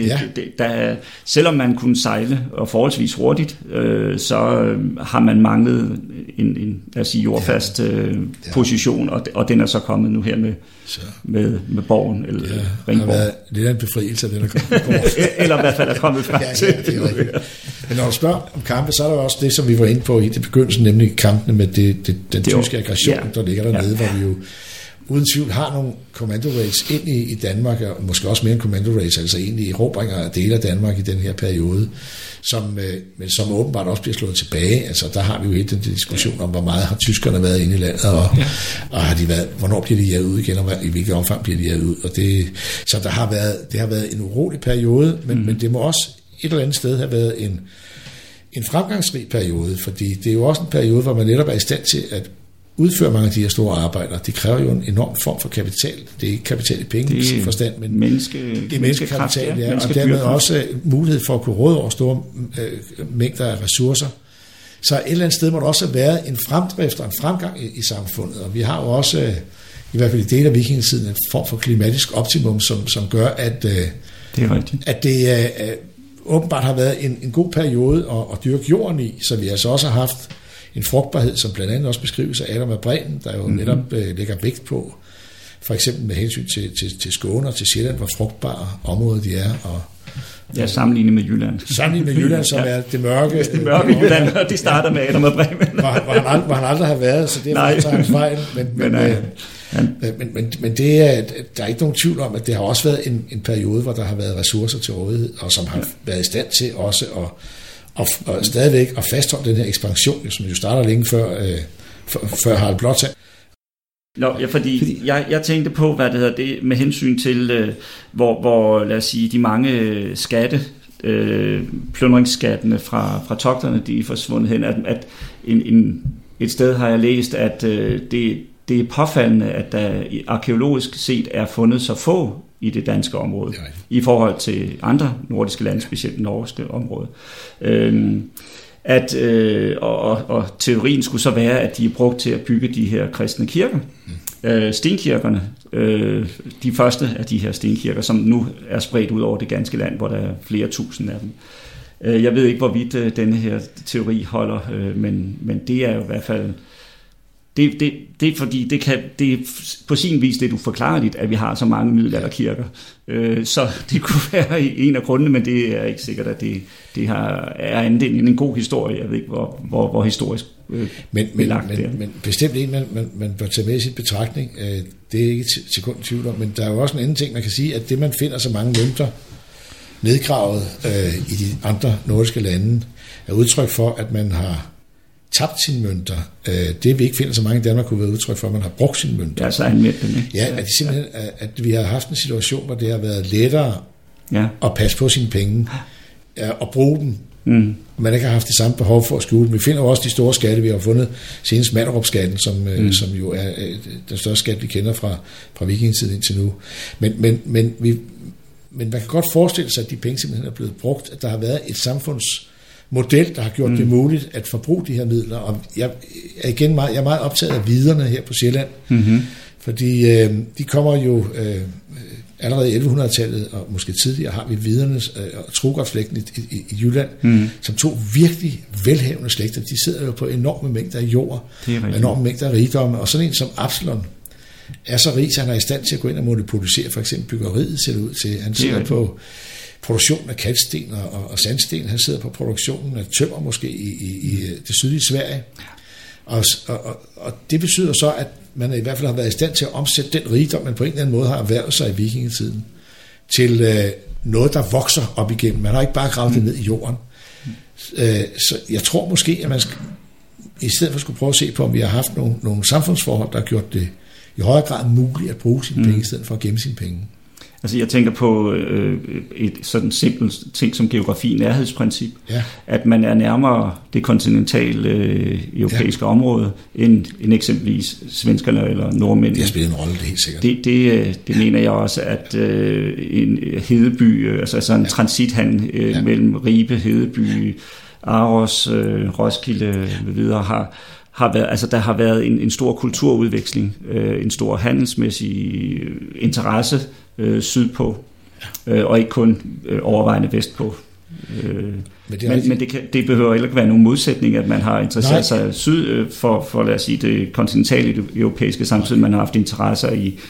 der, selvom man kunne sejle og forholdsvis hurtigt, så har man manglet en lad os sige, jordfast position, og den er så kommet nu her med borgen, eller ringborg. Det har været lidt af en befrielse, den er kommet eller i hvert fald er kommet frem til. Det er rigtigt. Men når du spørger om kampe, så er der også det, som vi var inde på i det begyndelsen, nemlig kampene med den tyske aggression, der ligger dernede, hvor vi jo uden tvivl har nogle commando raids ind i Danmark, og måske også mere end commando raids, altså egentlig erobringer af dele af Danmark i den her periode, men som åbenbart også bliver slået tilbage. Altså der har vi jo helt den diskussion om, hvor meget har tyskerne været inde i landet, og har de været, hvornår bliver de jaget ud igen, og i hvilket omfang bliver de jaget ud. Og så det har været en urolig periode, men det må også et eller andet sted have været en fremgangsrig periode, fordi det er jo også en periode, hvor man netop er i stand til at udføre mange af de her store arbejder. Det kræver jo en enorm form for kapital. Det er ikke kapital i pengeforstand, men det er menneskekapital, ja, og dermed også mulighed for at kunne råde over store mængder af ressourcer. Så et eller andet sted må der også være en fremdrift og en fremgang i samfundet, og vi har jo også, i hvert fald i dele af vikingetiden, en form for klimatisk optimum, som gør, at det er rigtigt. At det åbenbart har været en god periode at dyrke jorden i, så vi altså også har haft en frugtbarhed, som blandt andet også beskrives af Adam af Bremen, der jo netop lægger vægt på, for eksempel med hensyn til Skåne og til Sjælland, hvor frugtbare områder de er. Og sammenlignet med Jylland. Sammenlignet med Jylland, som er det mørke. Det mørke Jylland, og det starter med Adam af Bremen. hvor han aldrig har været, så det er faktisk hans fejl. Men det er, der er ikke nogen tvivl om, at det har også været en periode, hvor der har været ressourcer til rådighed, og som har været i stand til også og stadigvæk at fastholde den her ekspansion, som jo starter længe før Harald Blåtand. Fordi jeg tænkte på, hvad det hedder det med hensyn til, hvor lad os sige, de mange plyndringsskattene fra togterne, de er forsvundet hen, at et sted har jeg læst, at det er påfaldende, at der arkæologisk set er fundet så få i det danske område, i forhold til andre nordiske lande, specielt det norske område. Og teorien skulle så være, at de er brugt til at bygge de her kristne kirker. Stenkirkerne, de første af de her stenkirker, som nu er spredt ud over det ganske land, hvor der er flere tusind af dem. Jeg ved ikke, hvorvidt denne her teori holder, men det er jo i hvert fald... Det er fordi, det er på sin vis det, du forklarer at vi har så mange middelalderkirker. Så det kunne være en af grundene, men det er ikke sikkert, at det er andet end en god historie. Jeg ved ikke, hvor historisk belagt det er. Men bestemt en, man bør tage med i sit betragtning. Det er ikke til kun tvivl om, men der er jo også en anden ting, man kan sige, at det, man finder så mange mønter nedgravet i de andre nordiske lande, er udtryk for, at man har tabt sine mønter. Det vi ikke finder så mange i Danmark, kunne være udtryk for, at man har brugt sine mønter. Ja, så anvendt dem, ikke? Ja, at det simpelthen, at vi har haft en situation, hvor det har været lettere at passe på sine penge og bruge dem. Man ikke har haft det samme behov for at skjule dem. Vi finder jo også de store skatte, vi har fundet, senest Manderup-skatten, som jo er den største skat, vi kender fra vikingetiden indtil nu. Men man kan godt forestille sig, at de penge simpelthen er blevet brugt, at der har været et samfundsmodel, der har gjort det muligt at forbruge de her midler. Og jeg er meget optaget af viderne her på Sjælland, fordi de kommer jo allerede i 1100-tallet, og måske tidligere har vi vidernes og Trugårdslægten i Jylland, som to virkelig velhavende slægter. De sidder jo på enorme mængder af jord, enorme mængder af rigdomme, og sådan en som Absalon er så rig, så han er i stand til at gå ind og monopolisere for eksempel byggeriet, ser det ud til. Han sidder på produktion af kalksten og sandsten, han sidder på produktionen af tømmer måske i det sydlige Sverige. Og det betyder så, at man i hvert fald har været i stand til at omsætte den rigdom, man på en eller anden måde har erhvervet sig i vikingetiden, til noget, der vokser op igennem. Man har ikke bare gravet det ned i jorden. Så jeg tror måske, at man i stedet for skulle prøve at se på, om vi har haft nogle samfundsforhold, der har gjort det i højere grad muligt at bruge sine penge, i stedet for at gemme sine penge. Altså jeg tænker på et sådan simpelt ting som geografi, nærhedsprincip, at man er nærmere det kontinentale europæiske område, end eksempelvis svenskerne eller nordmændene. Det spiller en rolle, det er helt sikkert. Det mener jeg også, at en Hedeby, altså en transithandel mellem Ribe, Hedeby, Aros, Roskilde med videre har været, altså der har været en stor kulturudveksling, en stor handelsmæssig interesse sydpå, og ikke kun overvejende vestpå. Men det behøver ikke være nogen modsætning, at man har interesseret sig syd for lad os sige, det kontinentale europæiske, samtidig man har haft interesser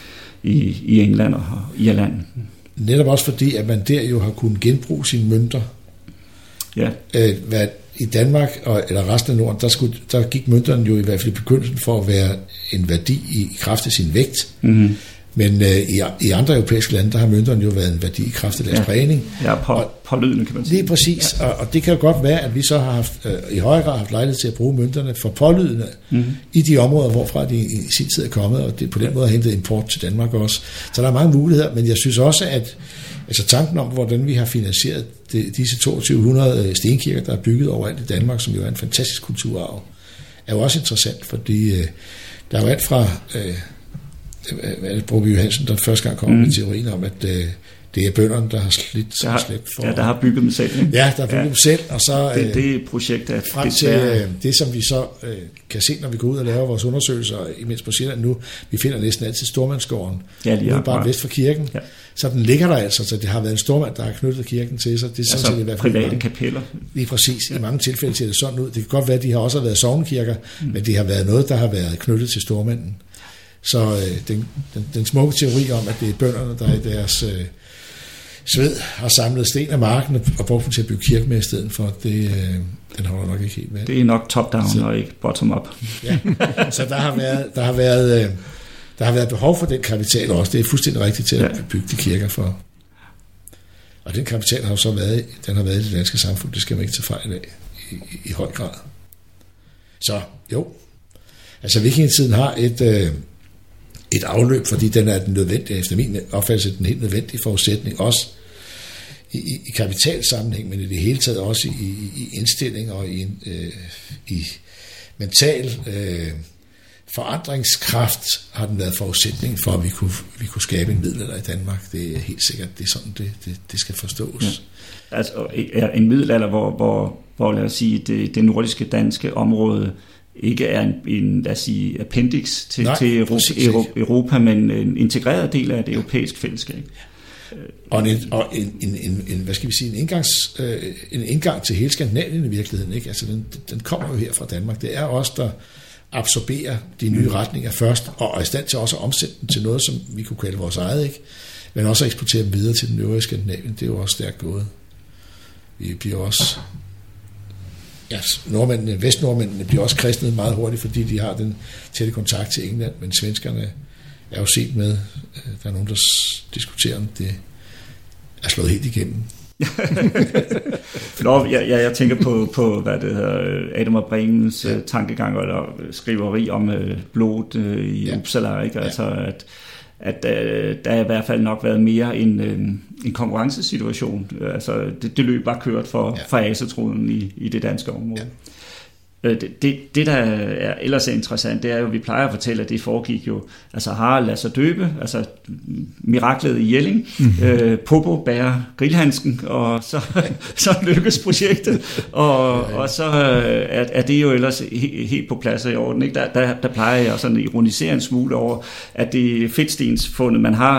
i England og Irland. Netop også fordi, at man der jo har kunnet genbruge sine mønter. Ja. I Danmark eller resten af Norden, der gik mønterne jo i hvert fald i begyndelsen for at være en værdi i kraft af sin vægt. Men i andre europæiske lande, der har mønterne jo været en værdi i kraft af deres prægning. Ja, pålydende kan man sige. Lige præcis, og det kan jo godt være, at vi så har haft, i højere grad haft lejlighed til at bruge mønterne for pålydende i de områder, hvorfra de i sin tid er kommet, og det på den måde har hentet import til Danmark også. Så der er mange muligheder, men jeg synes også, at altså tanken om, hvordan vi har finansieret disse 2200 stenkirker, der er bygget overalt i Danmark, som jo er en fantastisk kulturarv, er jo også interessant, fordi der er jo alt fra Broby Johansen, der første gang kom med teorien om, at det er bønderne, der har slidt for... Ja, der har bygget dem selv. Ikke? Ja, der har bygget dem selv, og så... Det projekt er frem til det, som vi så kan se, når vi går ud og laver vores undersøgelser, imens på Sjælland nu, vi finder næsten altid Stormandsgården, bare vest for kirken. Ja. Så den ligger der altså, så det har været en stormand, der har knyttet kirken til sig. Det er sådan set i hvert fald private kapeller. Lige præcis. I mange tilfælde ser det sådan ud. Det kan godt være, at de har også været sognekirker, men det har været noget, der har været knyttet til stormanden. Så den smukke teori om, at det er bønderne, der i deres sved har samlet sten af marken og brugt dem til at bygge kirke med i stedet for, den holder nok ikke helt med. Det er nok top-down og ikke bottom-up. Ja. Så der har været behov for den kapital også. Det er fuldstændig rigtigt til at bygge de kirker for. Og den kapital har jo så været i det danske samfund. Det skal man ikke tage fejl af i høj grad. Så jo, altså vikingetiden har et afløb, fordi den er den nødvendige, efter min opfattelse, den helt nødvendige forudsætning, også i kapitalsammenhæng, men i det hele taget også i indstilling og i mental forandringskraft har den været forudsætning for, at vi kunne skabe en middelalder i Danmark. Det er helt sikkert, det er sådan, det skal forstås. Ja. Altså en middelalder, hvor lad os sige, det nordiske danske område ikke er en lad os sige, appendix til Europa, men en integreret del af det europæiske fællesskab. Og en hvad skal vi sige, en indgang til hele Skandinavien i virkeligheden, ikke? Altså den kommer jo her fra Danmark. Det er os, der absorberer de nye retninger først, og er i stand til også at omsætte dem til noget, som vi kunne kalde vores eget, ikke? Men også at eksportere dem videre til den øvrige Skandinavien. Det er jo også stærkt gået. Vi bliver også vestnordmændene bliver også kristnet meget hurtigt, fordi de har den tætte kontakt til England, men svenskerne er jo set med, der er nogen, der diskuterer, om det er slået helt igennem. Jeg tænker på hvad det hedder, Adam og Bremens tankegang eller skriveri om blod i Uppsala, ikke? Altså at der er i hvert fald nok været mere en konkurrencesituation. Altså det løb bare kørt for asetroden i det danske område. Ja. Det der er ellers interessant, det er jo, at vi plejer at fortælle, at det foregik jo, altså Harald lader sig døbe, altså miraklet i Jelling, Popo bærer grillhandsken, og så lykkes projektet, og så er det jo ellers helt på plads i orden, ikke? Der plejer jeg sådan at ironisere en smule over, at det fedtstensfundet, man har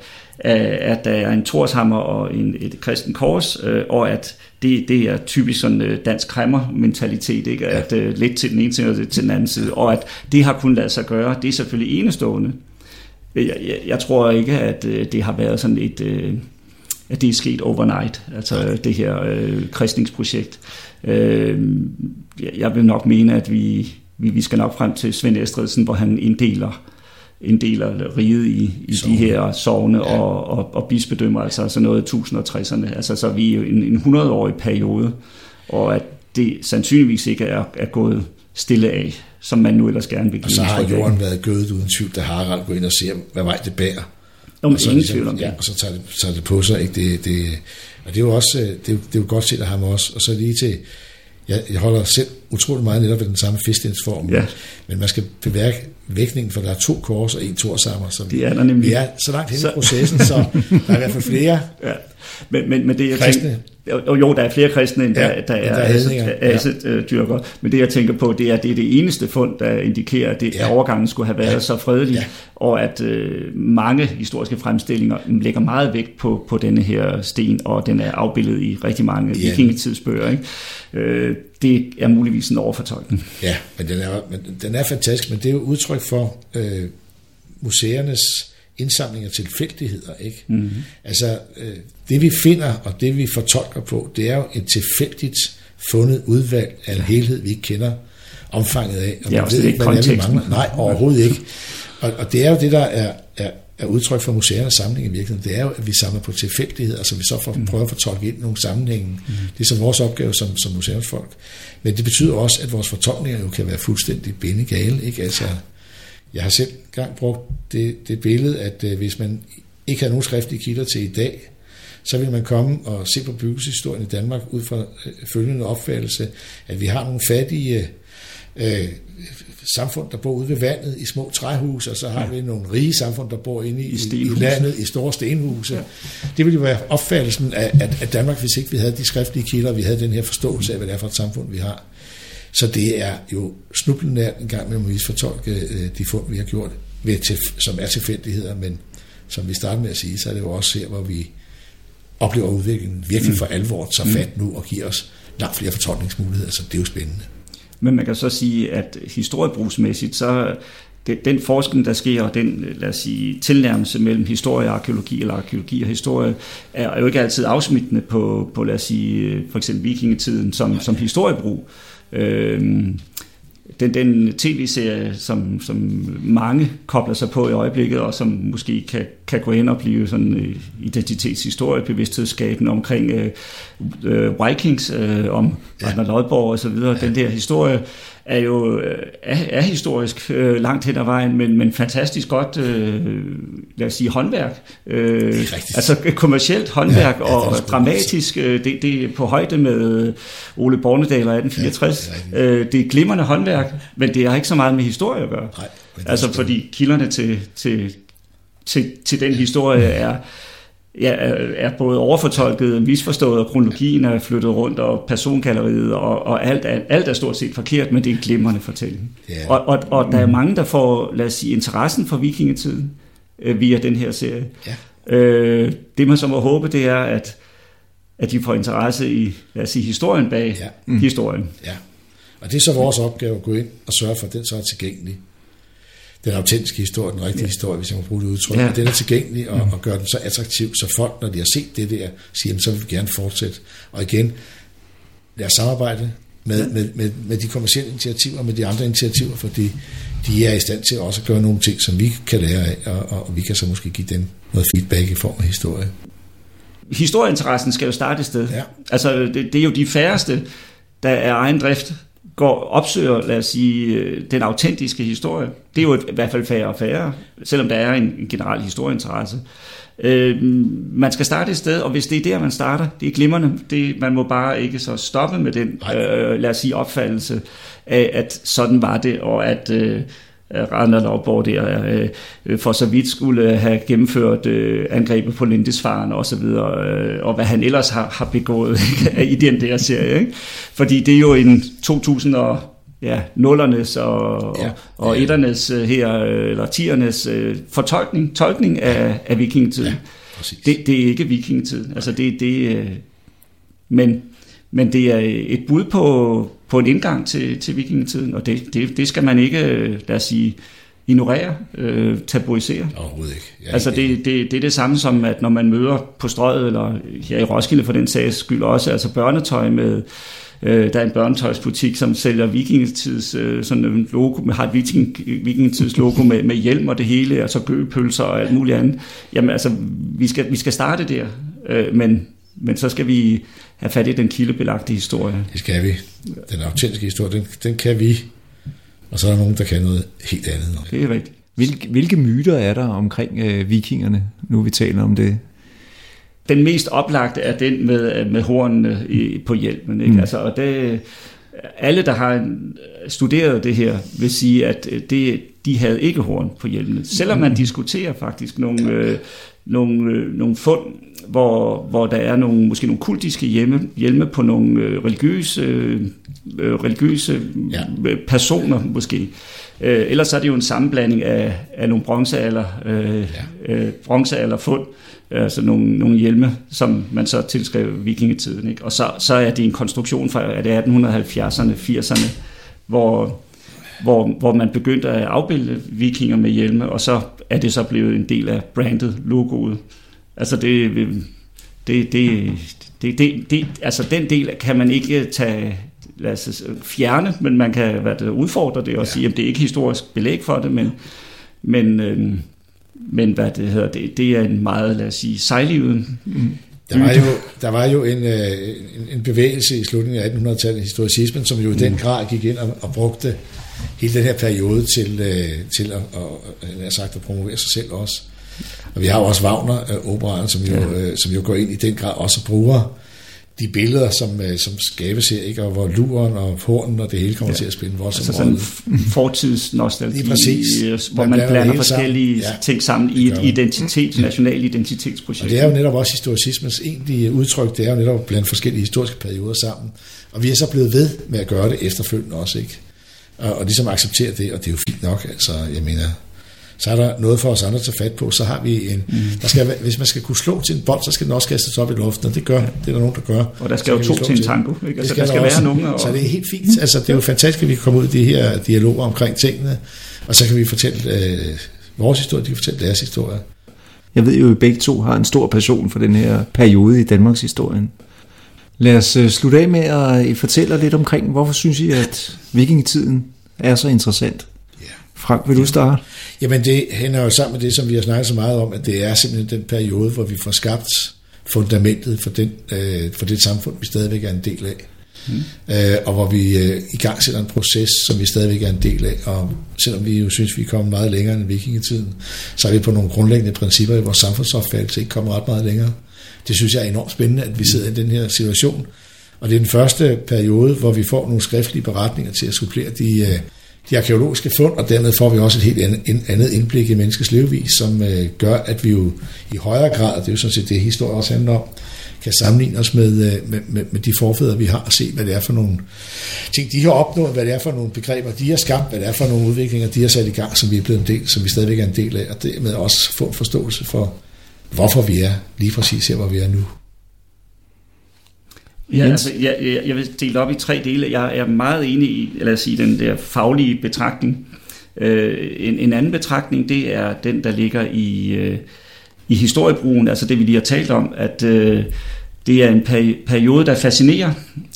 at der er en torshammer og et kristen kors, og at det er typisk sådan dansk kræmmermentalitet, ikke? At lidt til den ene side og lidt til den anden side, og at det har kun ladet sig gøre, det er selvfølgelig enestående. Jeg tror ikke, at det har været sådan at det er sket overnight, altså det her kristningsprojekt. Jeg vil nok mene, at vi skal nok frem til Svend Estridsen, hvor han inddeler riget i de her sogne og bispedømmer, altså noget 1060'erne, altså så vi er jo en 100-årig periode, og at det sandsynligvis ikke er gået stille af, som man nu ellers gerne vil give. Og så har jorden været gødet uden tvivl, da Harald går ind og ser, hvad vej det bærer. Og så, ingen tvivl om det. Ja, og så tager det på sig, ikke? Og det er jo også, det er jo godt set af ham også, og så lige til, jeg holder selv utrolig meget netop ved den samme feststensform, men man skal beværke vægtningen, for der er 2 kors og 1 torshammer, så vi er så langt hen i processen, så der er i hvert fald flere men det, jeg kristne. Jo, der er flere kristne, end der er asedyrker, men det jeg tænker på, det er det eneste fund, der indikerer, at overgangen skulle have været så fredelig, og at mange historiske fremstillinger lægger meget vægt på denne her sten, og den er afbildet i rigtig mange vikingetidsbøger, ikke? Det er muligvis en overfortolkning. Ja, men den er fantastisk, men det er jo udtryk for museernes indsamling af tilfældigheder, ikke? Mm-hmm. Altså, det vi finder, og det vi fortolker på, det er jo et tilfældigt fundet udvalg af en helhed, vi ikke kender omfanget af, og vi ved ikke, hvad det er, vi mangler. Nej, overhovedet ikke. Og det er jo det, der er udtryk for museernes samling i virkeligheden. Det er jo, at vi samler på tilfældigheder, så vi så prøver at fortolke ind nogle sammenhænge. Det er så vores opgave som museumsfolk. Men det betyder også, at vores fortolkninger jo kan være fuldstændig bindegale, ikke? Altså, jeg har selv gang brugt det billede, at hvis man ikke har nogen skriftlige kilder til i dag, så vil man komme og se på byggelseshistorien i Danmark ud fra følgende opfattelse, at vi har nogle fattige samfund, der bor ude ved vandet i små træhuse, og så har vi nogle rige samfund, der bor inde i landet i store stenhuse. Ja. Det ville jo være opfattelsen af Danmark, hvis ikke vi havde de skriftlige kilder, og vi havde den her forståelse af, hvad det er for et samfund, vi har. Så det er jo snublende en gang med at misfortolke de fund, vi har gjort, som er tilfældigheder, men som vi starter med at sige, så er det jo også her, hvor vi oplever udviklingen virkelig for alvor, så fat nu og giver os langt flere fortolkningsmuligheder, så det er jo spændende. Men man kan så sige, at historiebrugsmæssigt, så den forskning, der sker, og den, lad os sige, tilnærmelse mellem historie og arkeologi, eller arkeologi og historie, er jo ikke altid afsmittende på lad os sige, for eksempel vikingetiden som historiebrug. Den tv-serie, som mange kobler sig på i øjeblikket, og som måske kan gå ind og blive sådan identitetshistorie, bevidsthedsskabende omkring Vikings, om Ragnar Lodbrog og så videre. Den der historie er jo er historisk langt hen ad vejen, men fantastisk godt, lad os sige, håndværk. Altså kommercielt håndværk og dramatisk. Det er på højde med Ole Bornedal og 1864. Det er glimrende håndværk, men det har ikke så meget med historie at gøre. Nej, altså fordi kilderne til den historie er både overfortolket, misforstået, og kronologien er flyttet rundt, og persongalleriet, og alt er stort set forkert, men det er en glimrende fortælling. Yeah. Og der er mange, der får, lad os sige, interessen for vikingetiden via den her serie. Yeah. Det man så må håbe, det er, at de får interesse i, lad os sige, historien bag historien. Ja, og det er så vores opgave at gå ind og sørge for, at den så er tilgængelig. Den autentiske historie, den rigtige historie, hvis jeg må bruge det udtryk, og den er tilgængelig og gør den så attraktiv, så folk, når de har set det der, siger, så vil vi gerne fortsætte. Og igen, lad os samarbejde med de kommercielle initiativer, med de andre initiativer, fordi de er i stand til også at gøre nogle ting, som vi kan lære af, og vi kan så måske give dem noget feedback i form af historie. Historieinteressen skal jo starte et sted. Ja. Altså, det er jo de færreste, der er egen drift, opsøger, lad os sige, den autentiske historie. Det er jo i hvert fald færre og færre, selvom der er en generel historieinteresse. Man skal starte et sted, og hvis det er der, man starter, det er glimrende. Man må bare ikke så stoppe med den, lad os sige, opfattelse af, at sådan var det, og at Ragnar Lodbrog der for så vidt skulle have gennemført angrebet på Lindisfarne og så videre, og hvad han ellers har begået i den der serie, ikke? Fordi det er jo en 2000 og nullernes og etternes her, eller tiernes tolkning af vikingetiden. Ja, det er ikke vikingetiden. Altså men det er et bud på en indgang til vikingetiden, og det skal man ikke, lad os sige, ignorere, tabuisere. Overhovedet ikke. Altså det er det samme som, at når man møder på Strøget, eller her i Roskilde for den sags skyld også, altså børnetøj med, der er en børnetøjsbutik, som sælger vikingetids sådan en logo, har et vikingetids logo med hjelm og det hele, altså gøpølser og alt muligt andet. Jamen altså, vi skal starte der, men så skal vi have fat i den kildebelagte historie. Det skal vi. Den autentiske historie, den kan vi. Og så er der nogen, der kan noget helt andet. Det er rigtigt. Hvilke myter er der omkring vikingerne, nu vi taler om det? Den mest oplagte er den med hornene på hjelmen. Ikke? Altså, og alle, der har studeret det her, vil sige, at de havde ikke horn på hjelmene. Selvom man diskuterer faktisk nogle fund, hvor der er måske nogle kultiske hjelme på nogle religiøse personer måske. Ellers er det jo en sammenblanding af nogle bronzealderfund, altså nogle hjelme, som man så tilskrev vikingetiden, ikke? Og så er det en konstruktion fra 1870'erne, 80'erne, hvor man begyndte at afbilde vikinger med hjelme, og så er det så blevet en del af brandet, logoet. Altså altså den del kan man ikke fjerne, men man kan udfordre det og sige, at det er ikke historisk belæg for det, men hvad det hedder, det er en meget, lad os sige, sejlivet. Der var jo en bevægelse i slutningen af 1800-tallet, historicismen, som jo i den grad gik ind og brugte hele den her periode til at promovere sig selv også. Og vi har jo også Wagner-operaen, som jo går ind i den grad også bruger de billeder, som skabes her, ikke? Og hvor luren og hornen og det hele kommer til at spille en voldsom rolle. Altså sådan en fortidsnostalgi, hvor man blander forskellige ting sammen i et national identitetsprojekt. Og det er jo netop også historicismens egentlige udtryk, det er jo netop at blande forskellige historiske perioder sammen. Og vi er så blevet ved med at gøre det efterfølgende også, ikke? Og ligesom acceptere det, og det er jo fint nok, altså, jeg mener, så er der noget for os andre at tage fat på, så har vi hvis man skal kunne slå til en bold, så skal den også kastes op i luften, og det er der nogen, der gør. Og der skal jo to til en tango, ikke? Altså, der skal være nogen. Så det er helt fint, altså det er jo fantastisk, at vi kan komme ud i de her dialoger omkring tingene, og så kan vi fortælle vores historie, de kan fortælle deres historie. Jeg ved jo, at begge to har en stor passion for den her periode i Danmarks historien. Lad os slutte af med at fortælle lidt omkring, hvorfor synes I, at vikingetiden er så interessant? Frank, vil du starte? Jamen det hænger jo sammen med det, som vi har snakket så meget om, at det er simpelthen den periode, hvor vi får skabt fundamentet for det samfund, vi stadigvæk er en del af. og hvor vi i gang sætter en proces, som vi stadigvæk er en del af, og selvom vi jo synes, vi er kommet meget længere end vikingetiden, så er vi på nogle grundlæggende principper i vores samfundsopfattelse ikke kommet ret meget længere. Det synes jeg er enormt spændende, at vi sidder i den her situation, og det er den første periode, hvor vi får nogle skriftlige beretninger til at supplere de arkeologiske fund, og dermed får vi også et helt andet indblik i menneskets levevis, som gør, at vi jo i højere grad, og det er jo sådan set det, historie også handler om, kan sammenligne os med de forfædre, vi har, og se, hvad det er for nogle ting, de har opnået, hvad det er for nogle begreber, de har skabt, hvad det er for nogle udviklinger, de har sat i gang, som vi er blevet en del, som vi stadigvæk er en del af, og dermed også få en forståelse for, hvorfor vi er lige præcis her, hvor vi er nu. Ja, altså, jeg vil dele op i 3 dele. Jeg er meget enig i, lad os sige, den der faglige betragtning. En anden betragtning, det er den, der ligger i historiebrugen, altså det vi lige har talt om, at det er en periode, der fascinerer,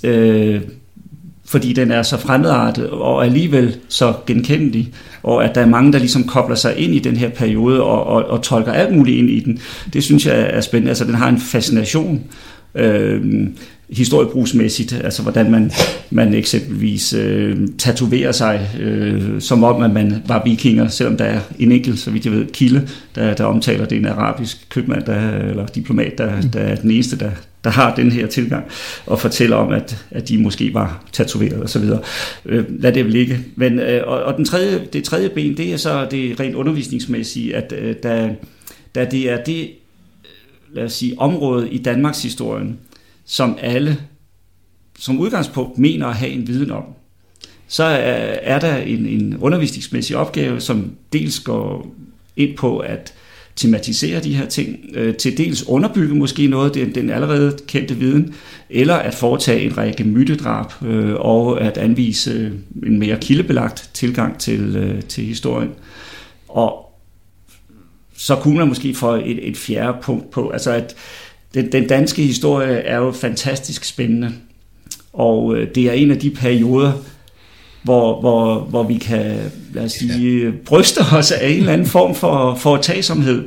fordi den er så fremmedartet og alligevel så genkendelig, og at der er mange, der ligesom kobler sig ind i den her periode og tolker alt muligt ind i den. Det synes jeg er spændende. Altså den har en fascination historiebrugsmæssigt, altså hvordan man eksempelvis tatoverer sig, som om at man var vikinger, selvom der er en enkelt, så vidt jeg ved, kilde, der omtaler det, en arabisk købmand eller diplomat, der er den eneste, der har den her tilgang, og fortæller om, at de måske var tatoveret og så videre. Lad det vel ikke. Men, og det tredje ben, det er så det rent undervisningsmæssige, at da det er det, lad os sige, område i Danmarks historien, som alle som udgangspunkt mener at have en viden om, så er der en undervisningsmæssig opgave, som dels går ind på at tematisere de her ting, til dels underbygge måske noget af den allerede kendte viden, eller at foretage en række mytedrab og at anvise en mere kildebelagt tilgang til historien. Og så kunne man måske få et fjerde punkt på, altså at den danske historie er jo fantastisk spændende, og det er en af de perioder, hvor vi kan, lad os sige, bryste os af en eller anden form for foretagsomhed,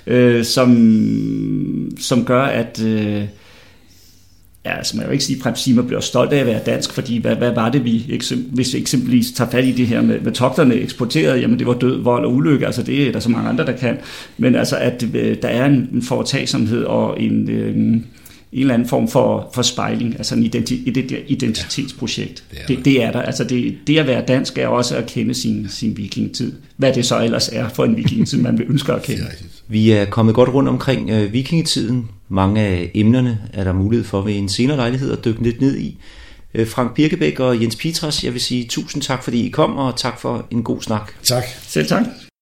som gør, at altså man jo ikke sige, at man bliver stolt af at være dansk, fordi hvad var det, hvis vi eksempelvis tager fat i det her med togterne eksporterede, jamen det var død, vold og ulykke, altså det er der så mange andre, der kan, men altså at der er en foretagsomhed og en eller anden form for spejling, altså et identitetsprojekt. Det er der. Altså det at være dansk er også at kende sin vikingetid. Hvad det så ellers er for en vikingetid, man vil ønske at kende. Vi er kommet godt rundt omkring vikingetiden. Mange af emnerne er der mulighed for ved en senere lejlighed at dykke lidt ned i. Frank Birkebæk og Jens Petras, jeg vil sige tusind tak, fordi I kom, og tak for en god snak. Tak. Selv tak.